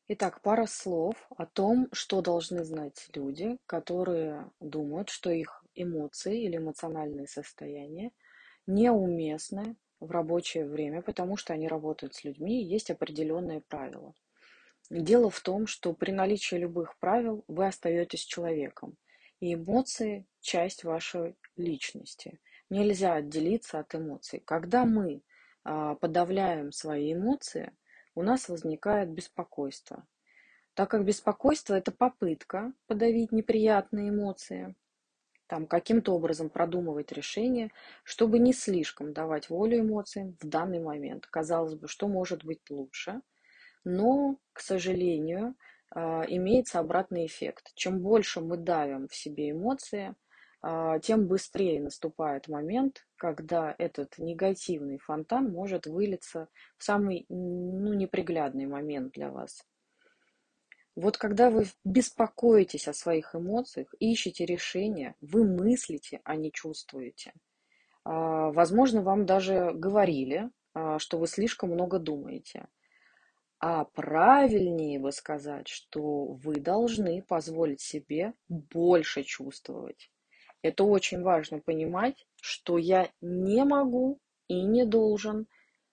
Итак, пара слов о том, что должны знать люди, которые думают, что их эмоции или эмоциональные состояния неуместны в рабочее время, потому что они работают с людьми, и есть определенные правила. Дело в том, что при наличии любых правил вы остаетесь человеком, и эмоции– часть вашей личности. Нельзя отделиться от эмоций. Когда мы подавляем свои эмоции, у нас возникает беспокойство. Так как беспокойство– это попытка подавить неприятные эмоции, там, каким-то образом продумывать решение, чтобы не слишком давать волю эмоциям в данный момент. Казалось бы, что может быть лучше, но, к сожалению, имеется обратный эффект. Чем больше мы давим в себе эмоции, тем быстрее наступает момент, когда этот негативный фонтан может вылиться в самый неприглядный момент для вас. Вот когда вы беспокоитесь о своих эмоциях, ищете решения, вы мыслите, а не чувствуете. Возможно, вам даже говорили, что вы слишком много думаете. А правильнее бы сказать, что вы должны позволить себе больше чувствовать. Это очень важно понимать, что я не могу и не должен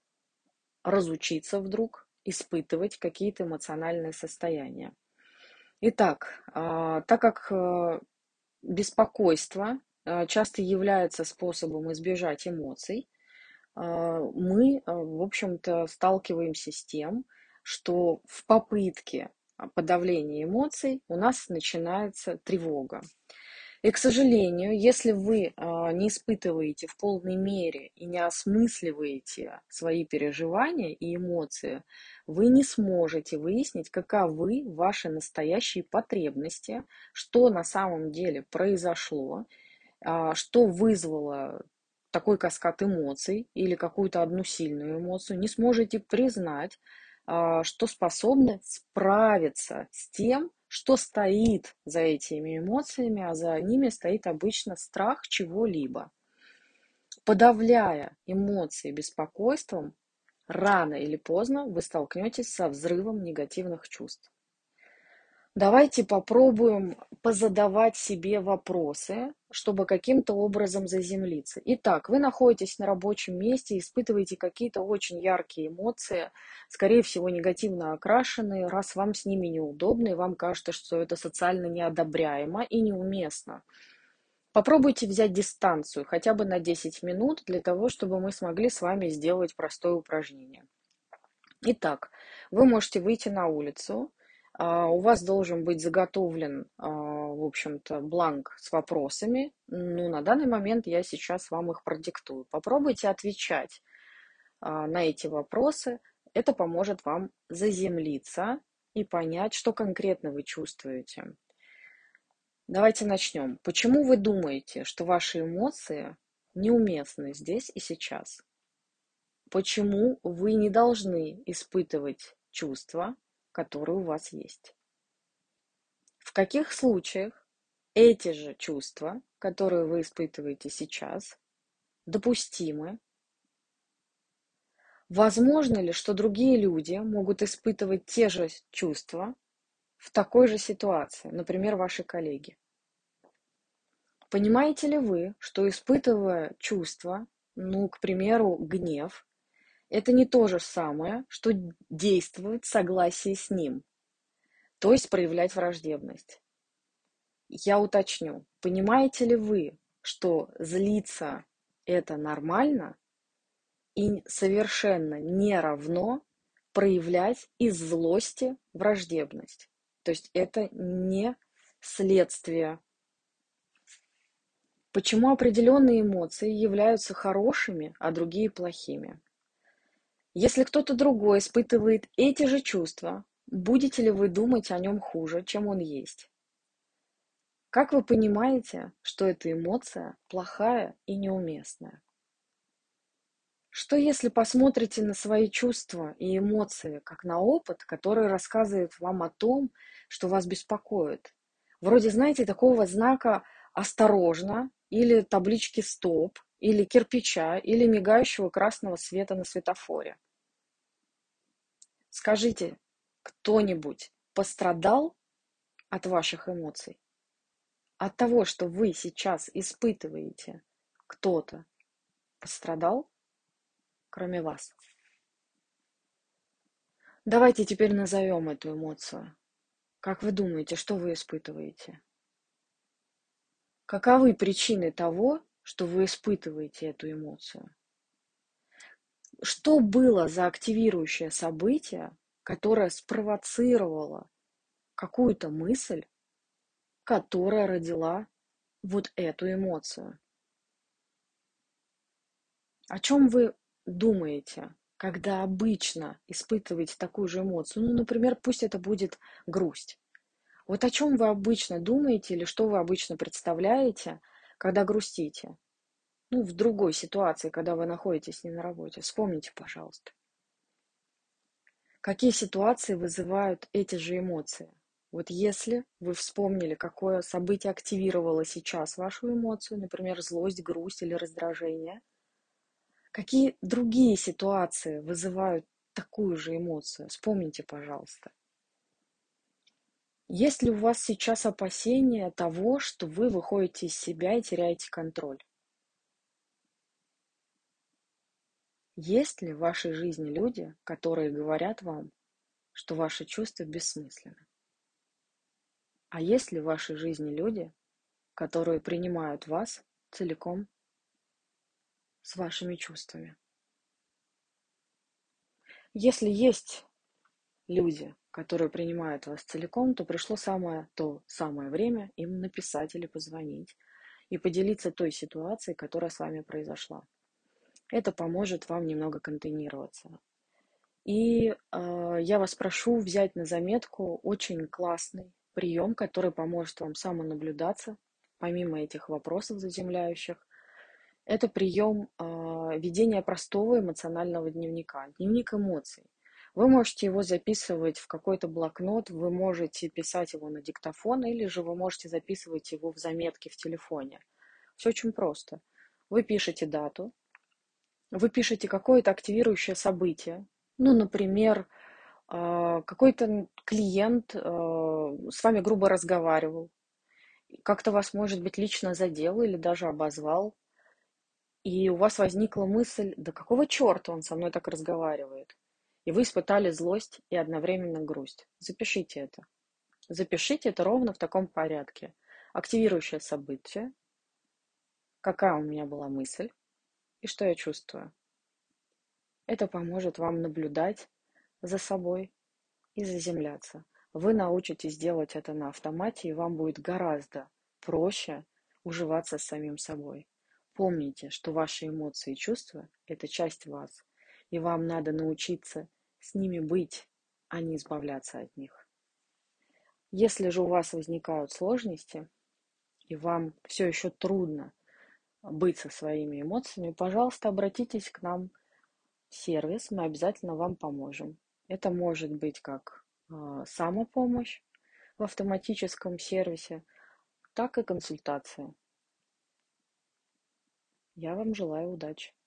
разучиться вдруг испытывать какие-то эмоциональные состояния. Итак, так как беспокойство часто является способом избежать эмоций, мы, в общем-то, сталкиваемся с тем, что в попытке подавления эмоций у нас начинается тревога. И, к сожалению, если вы не испытываете в полной мере и не осмысливаете свои переживания и эмоции, вы не сможете выяснить, каковы ваши настоящие потребности, что на самом деле произошло, что вызвало такой каскад эмоций или какую-то одну сильную эмоцию, не сможете признать, что способны справиться с тем, что стоит за этими эмоциями, а за ними стоит обычно страх чего-либо. Подавляя эмоции беспокойством, рано или поздно вы столкнетесь со взрывом негативных чувств. Давайте попробуем позадавать себе вопросы, чтобы каким-то образом заземлиться. Итак, вы находитесь на рабочем месте, испытываете какие-то очень яркие эмоции, скорее всего, негативно окрашенные, раз вам с ними неудобно, и вам кажется, что это социально неодобряемо и неуместно. Попробуйте взять дистанцию хотя бы на 10 минут для того, чтобы мы смогли с вами сделать простое упражнение. Итак, вы можете выйти на улицу, у вас должен быть заготовлен, в общем-то, бланк с вопросами. Ну, на данный момент я сейчас вам их продиктую. Попробуйте отвечать на эти вопросы. Это поможет вам заземлиться и понять, что конкретно вы чувствуете. Давайте начнем. Почему вы думаете, что ваши эмоции неуместны здесь и сейчас? Почему вы не должны испытывать чувства, которые у вас есть? В каких случаях эти же чувства, которые вы испытываете сейчас, допустимы? Возможно ли, что другие люди могут испытывать те же чувства в такой же ситуации, например, ваши коллеги? Понимаете ли вы, что испытывая чувства, к примеру, гнев, это не то же самое, что действовать в согласии с ним, то есть проявлять враждебность? Я уточню, понимаете ли вы, что злиться– это нормально и совершенно не равно проявлять из злости враждебность? То есть это не следствие. Почему определенные эмоции являются хорошими, а другие плохими? Если кто-то другой испытывает эти же чувства, будете ли вы думать о нем хуже, чем он есть? Как вы понимаете, что эта эмоция плохая и неуместная? Что если посмотрите на свои чувства и эмоции как на опыт, который рассказывает вам о том, что вас беспокоит? Вроде, знаете, такого знака «осторожно» или таблички «стоп», или кирпича, или мигающего красного света на светофоре. Скажите, кто-нибудь пострадал от ваших эмоций? От того, что вы сейчас испытываете, кто-то пострадал, кроме вас? Давайте теперь назовем эту эмоцию. Как вы думаете, что вы испытываете? Каковы причины того, что вы испытываете эту эмоцию? Что было за активирующее событие, которое спровоцировало какую-то мысль, которая родила вот эту эмоцию? О чем вы думаете, когда обычно испытываете такую же эмоцию? Ну, например, пусть это будет грусть. Вот о чем вы обычно думаете или что вы обычно представляете, когда грустите? Ну, в другой ситуации, когда вы находитесь не на работе. Вспомните, пожалуйста. Какие ситуации вызывают эти же эмоции? Вот если вы вспомнили, какое событие активировало сейчас вашу эмоцию, например, злость, грусть или раздражение, какие другие ситуации вызывают такую же эмоцию? Вспомните, пожалуйста. Есть ли у вас сейчас опасения того, что вы выходите из себя и теряете контроль? Есть ли в вашей жизни люди, которые говорят вам, что ваши чувства бессмысленны? А есть ли в вашей жизни люди, которые принимают вас целиком с вашими чувствами? Если есть люди, которые принимают вас целиком, то пришло то самое время им написать или позвонить и поделиться той ситуацией, которая с вами произошла. Это поможет вам немного контейнироваться. И я вас прошу взять на заметку очень классный прием, который поможет вам самонаблюдаться, помимо этих вопросов заземляющих. Это прием ведения простого эмоционального дневника, дневник эмоций. Вы можете его записывать в какой-то блокнот, вы можете писать его на диктофон, или же вы можете записывать его в заметки в телефоне. Все очень просто. Вы пишете дату, вы пишете какое-то активирующее событие. Ну, например, какой-то клиент с вами грубо разговаривал, как-то вас, может быть, лично задел или даже обозвал, и у вас возникла мысль, да какого черта он со мной так разговаривает? И вы испытали злость и одновременно грусть. Запишите это. Запишите это ровно в таком порядке. Активирующее событие, какая у меня была мысль и что я чувствую. Это поможет вам наблюдать за собой и заземляться. Вы научитесь делать это на автомате, и вам будет гораздо проще уживаться с самим собой. Помните, что ваши эмоции и чувства– это часть вас, и вам надо научиться с ними быть, а не избавляться от них. Если же у вас возникают сложности, и вам все еще трудно быть со своими эмоциями, пожалуйста, обратитесь к нам в сервис, мы обязательно вам поможем. Это может быть как самопомощь в автоматическом сервисе, так и консультация. Я вам желаю удачи.